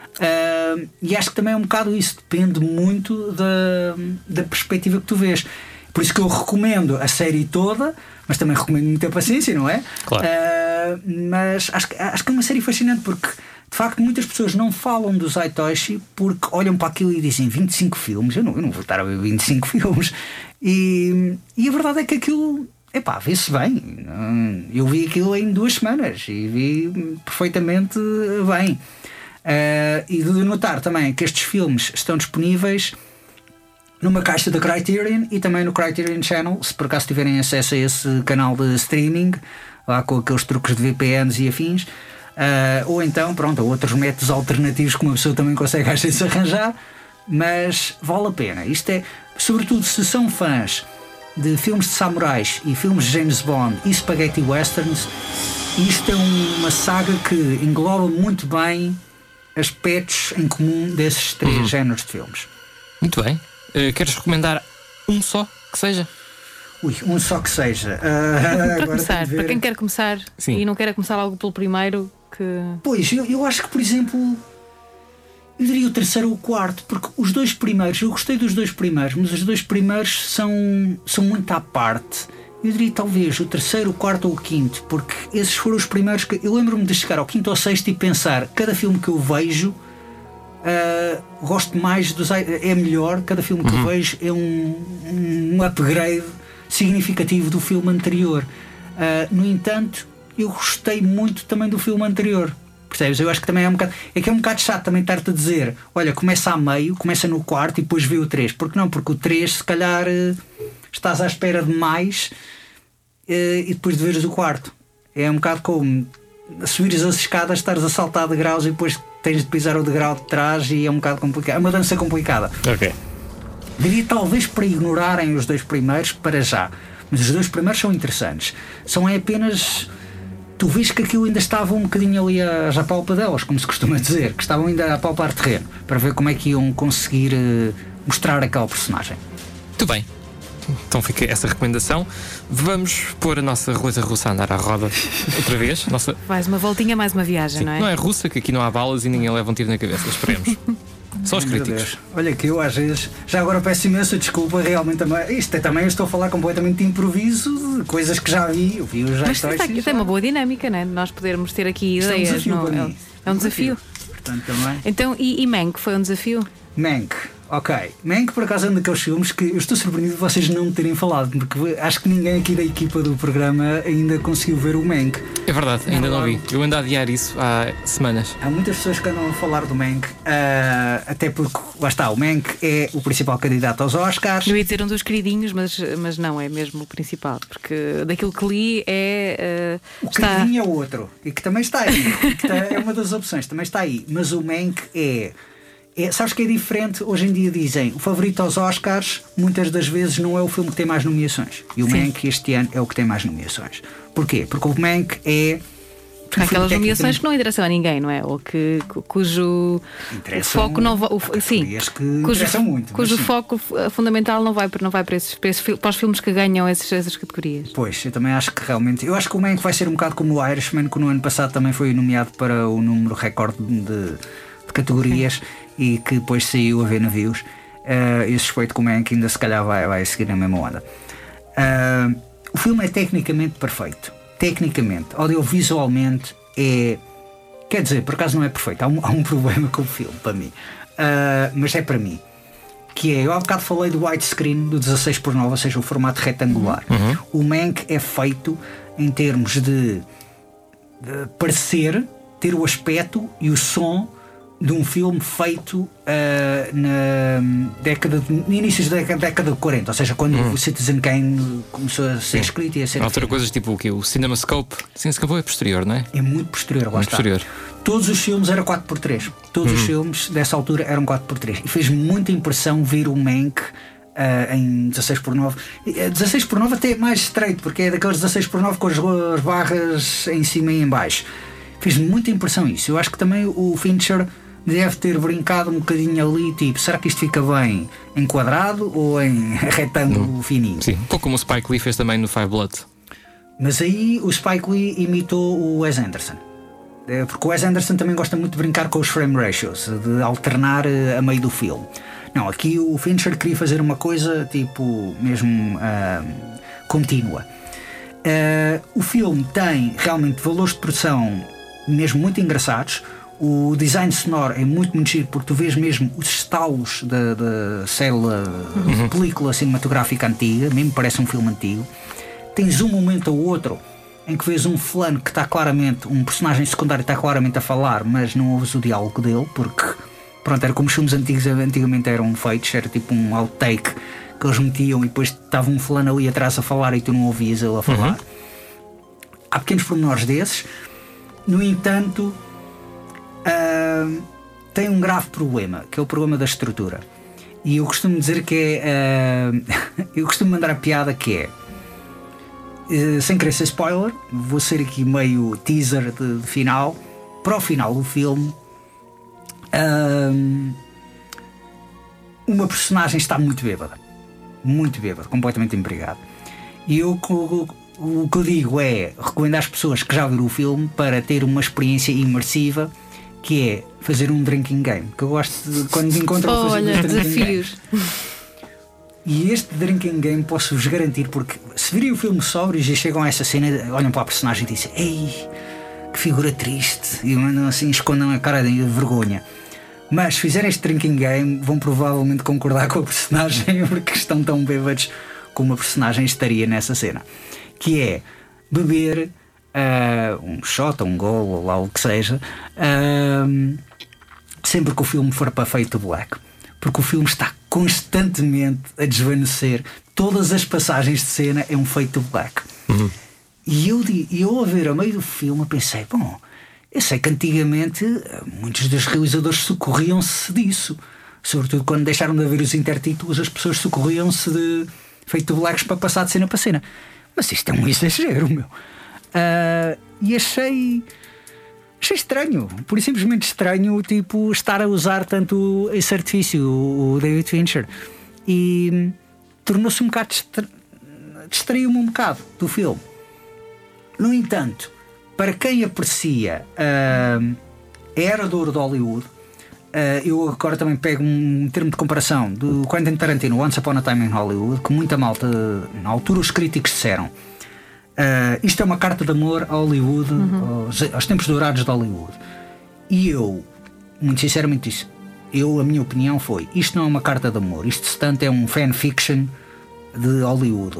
S4: E acho que também é um bocado isso, depende muito da perspectiva que tu vês. Por isso que eu recomendo a série toda, mas também recomendo muita paciência, não é?
S3: Claro.
S4: Mas acho que é uma série fascinante porque, de facto, muitas pessoas não falam do Zaitoshi porque olham para aquilo e dizem 25 filmes. Eu não vou estar a ver 25 filmes. E a verdade é que aquilo, vê-se bem. Eu vi aquilo em 2 semanas e vi perfeitamente bem. E de notar também que estes filmes estão disponíveis numa caixa da Criterion e também no Criterion Channel, se por acaso tiverem acesso a esse canal de streaming, lá com aqueles truques de VPNs e afins, ou então, pronto, outros métodos alternativos que uma pessoa também consegue às vezes arranjar, mas vale a pena. Isto é, sobretudo se são fãs de filmes de samurais e filmes de James Bond e spaghetti westerns, isto é uma saga que engloba muito bem aspectos em comum desses 3 géneros de filmes.
S3: Muito bem. Queres recomendar um só que seja?
S4: Um só que seja.
S6: Para começar, para quem quer começar. Sim. E não quer começar logo pelo primeiro que...
S4: Pois, eu acho que, por exemplo, eu diria o terceiro ou o quarto, porque os 2 primeiros, eu gostei dos 2 primeiros, mas os 2 primeiros são muito à parte. Eu diria talvez o terceiro, o quarto ou o quinto, porque esses foram os primeiros que... Eu lembro-me de chegar ao quinto ou sexto e pensar, cada filme que eu vejo gosto mais dos... É melhor, cada filme que eu vejo é um upgrade significativo do filme anterior. No entanto, eu gostei muito também do filme anterior. Percebes? Eu acho que também é um bocado chato também estar-te a dizer, olha, começa a meio, começa no quarto e depois vê o 3. Porque não? Porque o 3 se calhar estás à espera de mais e depois de veres o quarto. É um bocado como subires as escadas, estares a saltar degraus e depois tens de pisar o degrau de trás e é um bocado complicado. É uma dança complicada.
S3: Ok.
S4: Diria talvez para ignorarem os 2 primeiros para já. Mas os 2 primeiros são interessantes. São apenas... Tu vês que aquilo ainda estava um bocadinho ali às apalpadelas, como se costuma dizer, que estavam ainda a palpar terreno, para ver como é que iam conseguir mostrar aquele personagem.
S3: Muito bem. Então fica essa recomendação. Vamos pôr a nossa roleta russa a andar à roda outra vez.
S6: Mais uma voltinha, mais uma viagem.
S3: Sim,
S6: não é?
S3: Não é russa, que aqui não há balas e ninguém leva um tiro na cabeça. Esperemos. Só os críticos.
S4: Olha que eu às vezes, já agora peço imensa desculpa, realmente também. Isto é também, eu estou a falar completamente de improviso, de coisas que já vi. Eu vi os já.
S6: Mas tem uma boa dinâmica, não é? Nós podermos ter aqui
S4: isto
S6: ideias.
S4: É um desafio.
S6: É um desafio.
S4: Portanto, também.
S6: Então, e Mank foi um desafio?
S4: Mank, ok. Mank por acaso é um daqueles filmes que eu estou surpreendido de vocês não me terem falado, porque acho que ninguém aqui da equipa do programa ainda conseguiu ver o Mank.
S3: É verdade, ainda não vi. Eu ando a adiar isso há semanas.
S4: Há muitas pessoas que andam a falar do Mank, até porque, lá está, o Mank é o principal candidato aos Oscars.
S6: Eu ia dizer um dos queridinhos, mas não é mesmo o principal, porque daquilo que li é...
S4: o queridinho é o outro, e que também está aí, é uma das opções, também está aí, mas o Mank é Sabes que é diferente? Hoje em dia dizem o favorito aos Oscars muitas das vezes não é o filme que tem mais nomeações. E o Mank este ano é o que tem mais nomeações. Porquê? Porque o Mank é
S6: aquelas nomeações que não interessam a ninguém, não é? Ou cujo foco não vai. Cujo foco fundamental não vai para os filmes que ganham essas categorias.
S4: Pois, eu também acho que realmente. Eu acho que o Mank vai ser um bocado como o Irishman, que no ano passado também foi nomeado para o número recorde de categorias e que depois saiu a ver navios. Eu suspeito que o Mank ainda se calhar vai seguir na mesma onda. O filme é tecnicamente perfeito. Tecnicamente, audiovisualmente é. Quer dizer, por acaso não é perfeito. Há um problema com o filme, para mim. Mas é para mim. Que é, eu há bocado falei do widescreen do 16:9, ou seja, o formato retangular. O Mank é feito em termos de parecer, ter o aspecto e o som de um filme feito no início da década de 40, ou seja, quando o Citizen Kane começou a ser escrito e a ser.
S3: Há outra coisas tipo o que? O CinemaScope. O CinemaScope é posterior, não é?
S4: É muito posterior, lá está. Todos os filmes eram 4:3. Todos os filmes dessa altura eram 4:3. E fez muita impressão ver o Mank em 16:9. 16:9 até é mais estreito, porque é daqueles 16:9 com as barras em cima e em baixo. Fez muita impressão isso. Eu acho que também o Fincher deve ter brincado um bocadinho ali, tipo, será que isto fica bem em quadrado ou em retângulo fininho?
S3: Sim, um pouco como o Spike Lee fez também no Five Blood.
S4: Mas aí o Spike Lee imitou o Wes Anderson. Porque o Wes Anderson também gosta muito de brincar com os frame ratios, de alternar a meio do filme. Não, aqui o Fincher queria fazer uma coisa tipo mesmo contínua. O filme tem realmente valores de produção mesmo muito engraçados. O design sonoro é muito giro, porque tu vês mesmo os estalos da célula de película cinematográfica antiga, mesmo parece um filme antigo. Tens um momento ou outro em que vês um fulano que está claramente, um personagem secundário está claramente a falar, mas não ouves o diálogo dele, porque pronto, era como os filmes antigos antigamente eram feitos, era tipo um outtake que eles metiam e depois estava um fulano ali atrás a falar e tu não ouvias ele a falar. Há pequenos pormenores desses. No entanto, tem um grave problema, que é o problema da estrutura. E eu costumo dizer que é eu costumo mandar a piada que é, sem querer ser spoiler, vou ser aqui meio teaser de final. Para o final do filme, uma personagem está muito bêbada, completamente embriagada. E o que eu digo é recomendar às pessoas que já viram o filme para ter uma experiência imersiva, que é fazer um drinking game, que eu gosto de quando me encontro a fazer desafios. E este drinking game posso-vos garantir, porque se virem o filme sóbrios e chegam a essa cena, olham para a personagem e dizem: ei, que figura triste, e mandam assim, escondam a cara de vergonha. Mas se fizerem este drinking game, vão provavelmente concordar com a personagem, porque estão tão bêbados como a personagem estaria nessa cena, que é beber um shot, um gol, ou lá o que seja, sempre que o filme for para Fade to Black, porque o filme está constantemente a desvanecer. Todas as passagens de cena é um Fade to Black. E eu a ver a meio do filme eu pensei, bom, eu sei que antigamente muitos dos realizadores socorriam-se disso, sobretudo quando deixaram de haver os intertítulos, as pessoas socorriam-se de Fade to Blacks para passar de cena para cena. Mas isto é um exagero, meu. E achei estranho, por simplesmente estranho, tipo, estar a usar tanto esse artifício, o David Fincher, e tornou-se um bocado distraiu-me um bocado do filme. No entanto, para quem aprecia a era de ouro de Hollywood, eu agora também pego um termo de comparação do Quentin Tarantino, Once Upon a Time in Hollywood, que muita malta, na altura os críticos disseram, isto é uma carta de amor a Hollywood, aos tempos dourados de Hollywood. E eu, muito sinceramente disse, a minha opinião foi, isto não é uma carta de amor, isto se tanto é um fanfiction de Hollywood.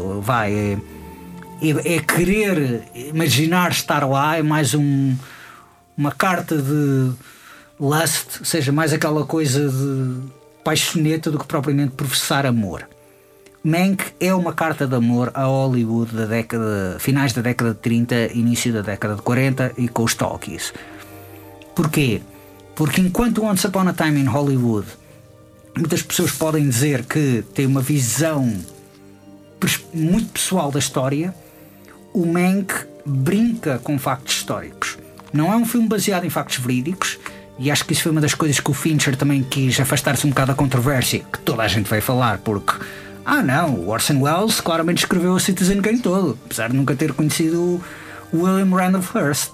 S4: É querer imaginar estar lá, é mais uma carta de lust, ou seja, mais aquela coisa de paixoneta do que propriamente professar amor. Mank é uma carta de amor a Hollywood finais da década de 30, início da década de 40 e com os talkies. Porquê?
S7: Porque enquanto Once Upon a Time in Hollywood muitas pessoas podem dizer que tem uma visão muito pessoal da história, o Mank brinca com factos históricos. Não é um filme baseado em factos verídicos, e acho que isso foi uma das coisas que o Fincher também quis afastar-se um bocado da controvérsia, que toda a gente vai falar, porque não, o Orson Welles claramente escreveu o Citizen Kane todo, apesar de nunca ter conhecido o William Randolph Hearst.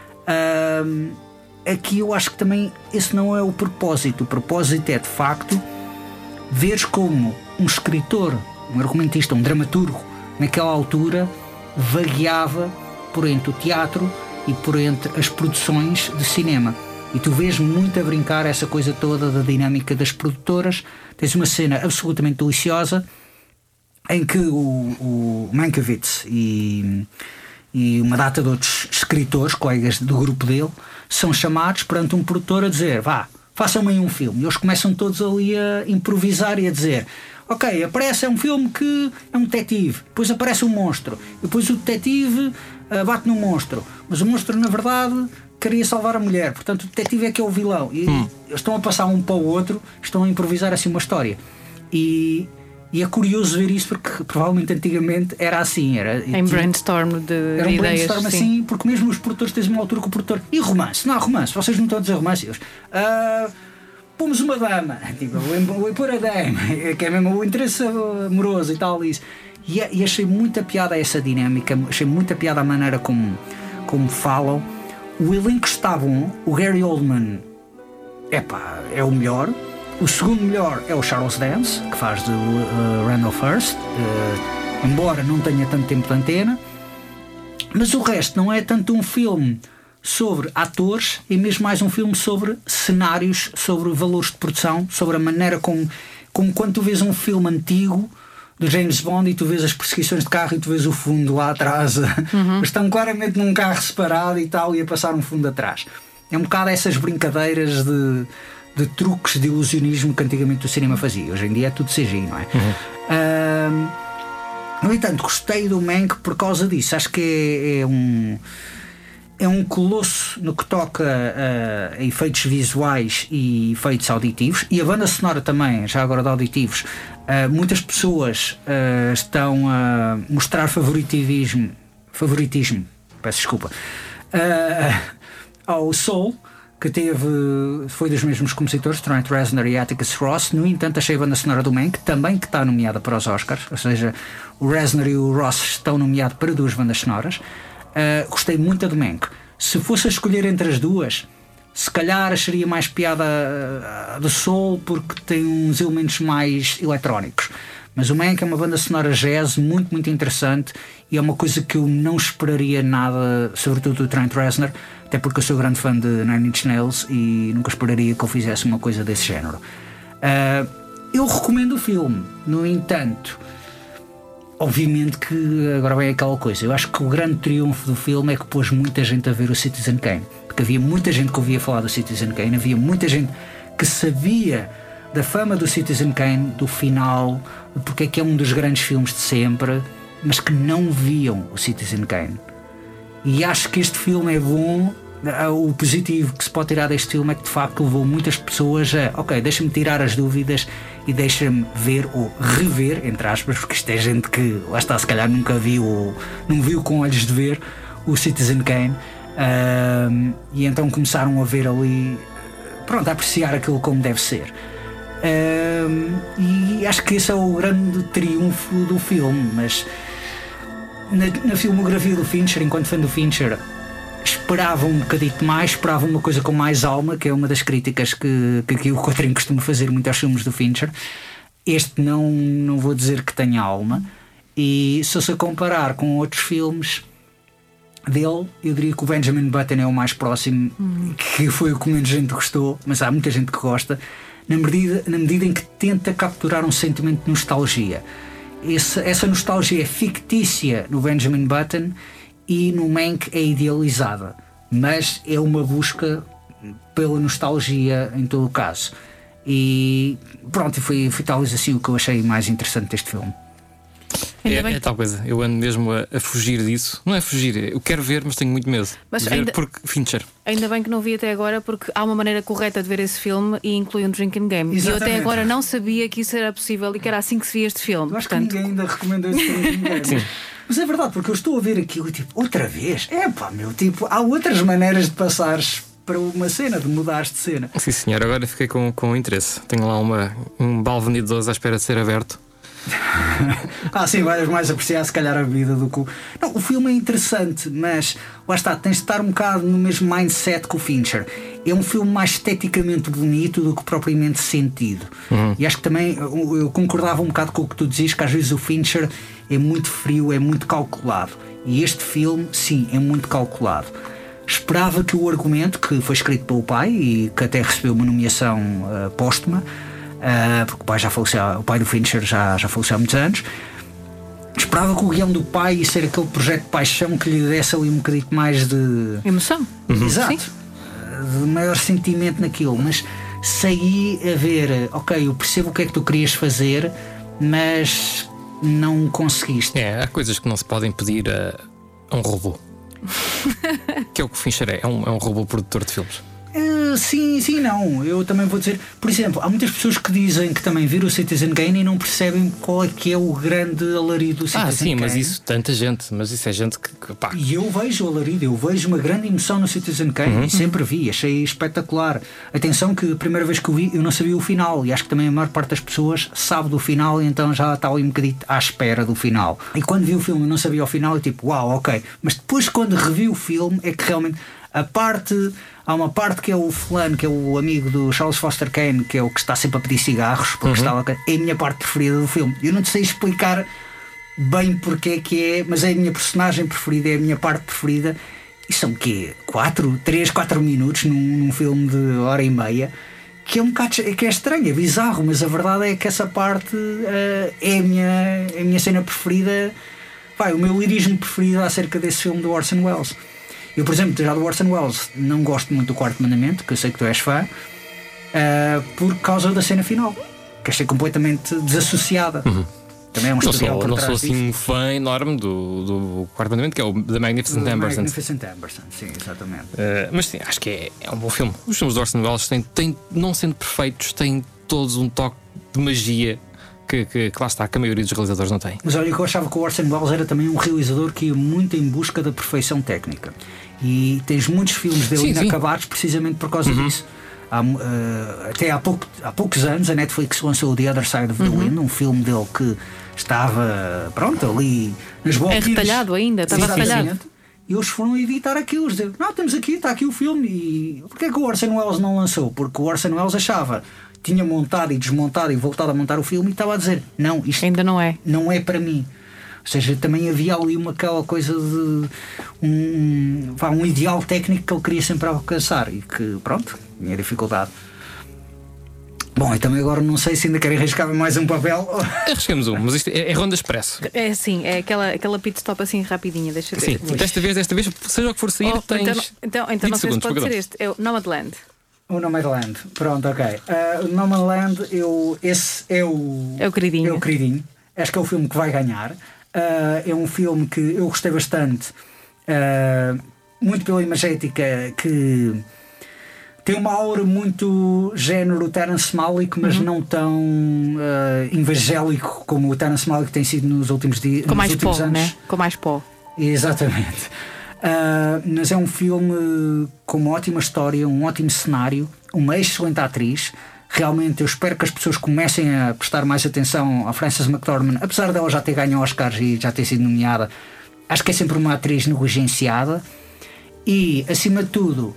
S7: Aqui eu acho que também esse não é o propósito. O propósito é de facto veres como um escritor, um argumentista, um dramaturgo naquela altura vagueava por entre o teatro e por entre as produções de cinema. E tu vês muito a brincar essa coisa toda da dinâmica das produtoras. Tens uma cena absolutamente deliciosa em que o Mankiewicz e uma data de outros escritores, colegas do grupo dele, são chamados perante um produtor a dizer: vá, façam-me aí um filme. E eles começam todos ali a improvisar e a dizer: ok, aparece um filme que é um detetive, depois aparece um monstro, depois o detetive bate no monstro, mas o monstro na verdade queria salvar a mulher, portanto o detetive é que é o vilão. E eles estão a passar um para o outro, estão a improvisar assim uma história. E é curioso ver isso, porque provavelmente antigamente era assim. Era
S6: brainstorm de
S7: era um
S6: ideias,
S7: brainstorm assim, porque mesmo os produtores têm uma altura com o produtor. E romance? Não há romance, vocês não estão a dizer romance. Pomos uma dama, tipo, vou pôr a dama, que é mesmo o interesse amoroso e tal. Isso. E achei muita piada essa dinâmica, achei muita piada a maneira como falam. O elenco está bom, o Gary Oldman é o melhor. O segundo melhor é o Charles Dance, que faz de Randolph Hearst, embora não tenha tanto tempo de antena. Mas o resto não é tanto um filme sobre atores, é mesmo mais um filme sobre cenários, sobre valores de produção, sobre a maneira como quando tu vês um filme antigo do James Bond e tu vês as perseguições de carro e tu vês o fundo lá atrás, estão claramente num carro separado e tal, e a passar um fundo atrás. É um bocado essas brincadeiras de truques de ilusionismo que antigamente o cinema fazia. Hoje em dia é tudo CGI, não é? No entanto, gostei do Mank por causa disso. Acho que é um colosso no que toca a efeitos visuais e efeitos auditivos, e a banda sonora também, já agora de auditivos. Muitas pessoas estão a mostrar favoritismo, peço desculpa, ao Soul, que foi dos mesmos compositores, Trent Reznor e Atticus Ross. No entanto, achei a banda sonora do Mank também que está nomeada para os Oscars, ou seja, o Reznor e o Ross estão nomeados para 2 bandas sonoras. Gostei muito do Mank. Se fosse a escolher entre as duas, se calhar acharia mais piada do Soul, porque tem uns elementos mais eletrónicos. Mas o Mank é uma banda sonora jazz muito, muito interessante, e é uma coisa que eu não esperaria nada, sobretudo do Trent Reznor, até porque eu sou grande fã de Nine Inch Nails e nunca esperaria que eu fizesse uma coisa desse género. Eu recomendo o filme. No entanto, obviamente que agora vem aquela coisa, eu acho que o grande triunfo do filme é que pôs muita gente a ver o Citizen Kane, porque havia muita gente que ouvia falar do Citizen Kane, havia muita gente que sabia da fama do Citizen Kane, do final, porque é que é um dos grandes filmes de sempre, mas que não viam o Citizen Kane. E acho que este filme é bom. O positivo que se pode tirar deste filme é que de facto levou muitas pessoas a deixa-me tirar as dúvidas e deixa-me ver ou rever, entre aspas, porque isto é gente que lá está, se calhar nunca viu ou não viu com olhos de ver o Citizen Kane, e então começaram a ver ali, pronto, a apreciar aquilo como deve ser. E acho que esse é o grande triunfo do filme. Mas na filmografia do Fincher, enquanto fã do Fincher, esperava um bocadito mais, esperava uma coisa com mais alma, que é uma das críticas que aqui o Cotrim costuma fazer muito aos filmes do Fincher. Este não vou dizer que tenha alma, e se eu se comparar com outros filmes dele, eu diria que o Benjamin Button é o mais próximo, que foi o que menos gente gostou, mas há muita gente que gosta, na medida em que tenta capturar um sentimento de nostalgia. Essa nostalgia é fictícia no Benjamin Button, e no Mank é idealizada, mas é uma busca pela nostalgia em todo o caso. E pronto, foi talvez assim o que eu achei mais interessante deste filme.
S6: Ainda bem
S3: É
S6: que-
S3: tal coisa, eu ando mesmo a fugir disso. Não é fugir, eu quero ver, mas tenho muito medo.
S6: Mas
S3: de ver
S6: ainda-
S3: porque Fincher.
S6: Ainda bem que não vi até agora, porque há uma maneira correta de ver esse filme e inclui um drinking game. E eu
S7: Exatamente.
S6: até agora não sabia que isso era possível e que era assim que se via este filme.
S7: Eu acho
S6: Portanto,
S7: que ninguém ainda recomendou esse filme.
S3: Sim.
S7: Mas é verdade, porque eu estou a ver aquilo e tipo, outra vez? Há outras maneiras de passares para uma cena, de mudares de cena.
S3: Sim, senhor, agora fiquei com interesse. Tenho lá um balde vendidoso à espera de ser aberto.
S7: Sim, vais mais apreciar se calhar a vida do que Não, o filme é interessante, mas lá está, tens de estar um bocado no mesmo mindset que o Fincher. É um filme mais esteticamente bonito do que propriamente sentido. E acho que também eu concordava um bocado com o que tu dizias, que às vezes o Fincher é muito frio, é muito calculado. E este filme, sim, é muito calculado. Esperava que o argumento, que foi escrito pelo pai e que até recebeu uma nomeação póstuma, porque o pai já faleceu, o pai do Fincher já faleceu há muitos anos. Esperava que o guião do pai ia ser aquele projeto de paixão que lhe desse ali um bocadinho mais de
S6: emoção.
S7: exato,
S6: Sim.
S7: de maior sentimento naquilo, mas saí a ver, ok, eu percebo o que é que tu querias fazer, mas não conseguiste.
S3: Há coisas que não se podem pedir a um robô. Que é o que o Fincher é um robô produtor de filmes.
S7: Sim, não. Eu também vou dizer, por exemplo, há muitas pessoas que dizem que também viram o Citizen Kane e não percebem qual é que é o grande alarido do Citizen
S3: Sim,
S7: Kane.
S3: mas isso, tanta gente, mas isso é gente que pá.
S7: E eu vejo o alarido, eu vejo uma grande emoção no Citizen Kane e sempre vi, achei espetacular. Atenção que a primeira vez que eu vi eu não sabia o final e acho que também a maior parte das pessoas sabe do final e então já está ali um bocadinho à espera do final. E quando vi o filme eu não sabia o final e tipo, uau, ok. Mas depois quando revi o filme é que realmente há uma parte que é o fulano, que é o amigo do Charles Foster Kane, que é o que está sempre a pedir cigarros, porque é a minha parte preferida do filme. Eu não te sei explicar bem porque é que é, mas é a minha personagem preferida, é a minha parte preferida. E são o quê? 3, 4 minutos num filme de hora e meia, que é um bocado que é estranho, é bizarro, mas a verdade é que essa parte é a minha cena preferida, o meu lirismo preferido acerca desse filme do Orson Welles. Eu, por exemplo, já do Orson Welles não gosto muito do Quarto Mandamento, que eu sei que tu és fã, por causa da cena final, que achei completamente desassociada. Também é um historial por
S3: Não
S7: trás
S3: sou
S7: disso.
S3: assim um fã enorme do Quarto Mandamento, que é o The Magnificent Ambersons.
S7: Magnificent Ambersons, sim, exatamente.
S3: Mas sim, acho que é um bom filme. Os filmes do Orson Welles têm, não sendo perfeitos, têm todos um toque de magia que lá está, que a maioria dos realizadores não tem.
S7: Mas olha, eu achava que o Orson Welles era também um realizador que ia muito em busca da perfeição técnica. E tens muitos filmes dele
S3: Sim,
S7: inacabados precisamente por causa disso. Até há poucos anos a Netflix lançou The Other Side of the Wind, um filme dele que estava, ali nas voltas.
S6: É retalhado ainda, estava retalhado.
S7: E eles foram editar aquilo, eles diziam, não, temos aqui, está aqui o filme. E porquê é que o Orson Welles não lançou? Porque o Orson Welles achava, tinha montado e desmontado e voltado a montar o filme e estava a dizer, não, isto
S6: Ainda não é.
S7: não é para mim. Ou seja, também havia ali aquela coisa de um ideal técnico que ele queria sempre alcançar e que, pronto, tinha dificuldade. Bom, e também agora não sei se ainda querem arriscar mais um papel.
S3: Arriscamos mas isto é Ronda Expresso.
S6: É assim, é aquela pit stop assim rapidinha, deixa eu
S3: Sim,
S6: ver.
S3: desta vez, seja o que for sair, tens.
S6: Então
S3: 20
S6: não sei se
S3: segundos
S6: pode
S3: para
S6: ser
S3: cada um.
S6: este. É o Nomadland.
S7: O Nomadland, pronto, ok. O Nomadland, esse é o.
S6: É o queridinho.
S7: É o queridinho. Acho que é o filme que vai ganhar. É um filme que eu gostei bastante, muito pela imagética, que tem uma aura muito género Terrence Malick, mas não tão evangélico como o Terrence Malick tem sido nos últimos dias.
S6: Com mais pó,
S7: anos.
S6: né? Com mais pó.
S7: Exatamente. Mas é um filme com uma ótima história, um ótimo cenário, uma excelente atriz. Realmente eu espero que as pessoas comecem a prestar mais atenção à Frances McDormand, apesar dela já ter ganho Oscars e já ter sido nomeada. Acho que é sempre uma atriz negligenciada e, acima de tudo,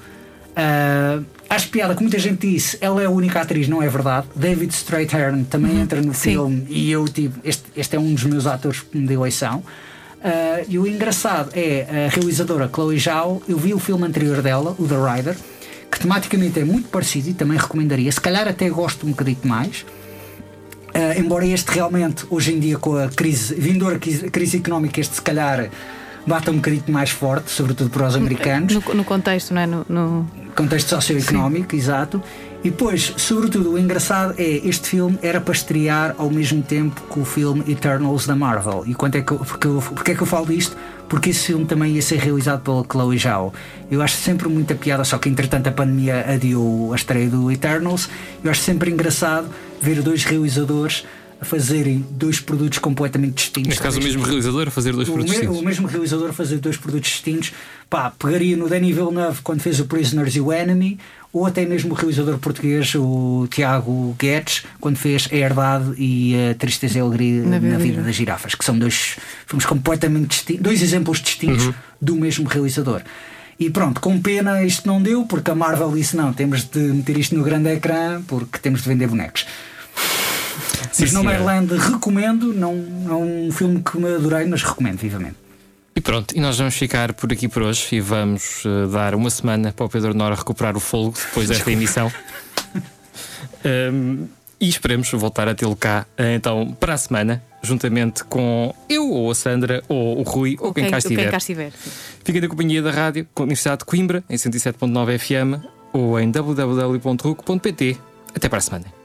S7: acho piada que muita gente disse, ela é a única atriz, não é verdade. David Strathairn também entra no filme e eu este é um dos meus atores de eleição. E o engraçado é a realizadora Chloe Zhao. Eu vi o filme anterior dela, o The Rider, que tematicamente é muito parecido e também recomendaria. Se calhar até gosto um bocadinho mais, embora este realmente hoje em dia, com a vindoura crise económica, este se calhar bata um bocadinho mais forte, sobretudo para os americanos,
S6: No contexto, não é? No
S7: contexto socioeconómico, exato. E depois, sobretudo, o engraçado é este filme era para estrear ao mesmo tempo que o filme Eternals da Marvel. E porque é que eu falo disto? Porque esse filme também ia ser realizado pela Chloe Zhao. Eu acho sempre muita piada, só que entretanto a pandemia adiou a estreia do Eternals. Eu acho sempre engraçado ver dois realizadores a fazerem dois produtos completamente distintos.
S3: Neste caso, o mesmo realizador a fazer dois produtos distintos.
S7: O mesmo realizador a fazer dois produtos distintos. Pegaria no Denis Villeneuve quando fez o Prisoners e o Enemy, ou até mesmo o realizador português, o Tiago Guedes, quando fez A Herdade e a Tristeza e a Alegria na Vida das Girafas, que são dois filmes completamente distintos, dois exemplos distintos do mesmo realizador. E pronto, com pena isto não deu, porque a Marvel disse não, temos de meter isto no grande ecrã porque temos de vender bonecos. Mas Nomadland recomendo, não é um filme que me adorei, mas recomendo vivamente.
S3: E pronto, e nós vamos ficar por aqui por hoje e vamos dar uma semana para o Pedro Nora recuperar o fôlego depois desta emissão. E esperemos voltar a tê-lo cá então para a semana, juntamente com eu ou a Sandra ou o Rui ou quem cá estiver. Fiquem na companhia da rádio Universidade de Coimbra em 107.9 FM ou em www.ruc.pt. Até para a semana.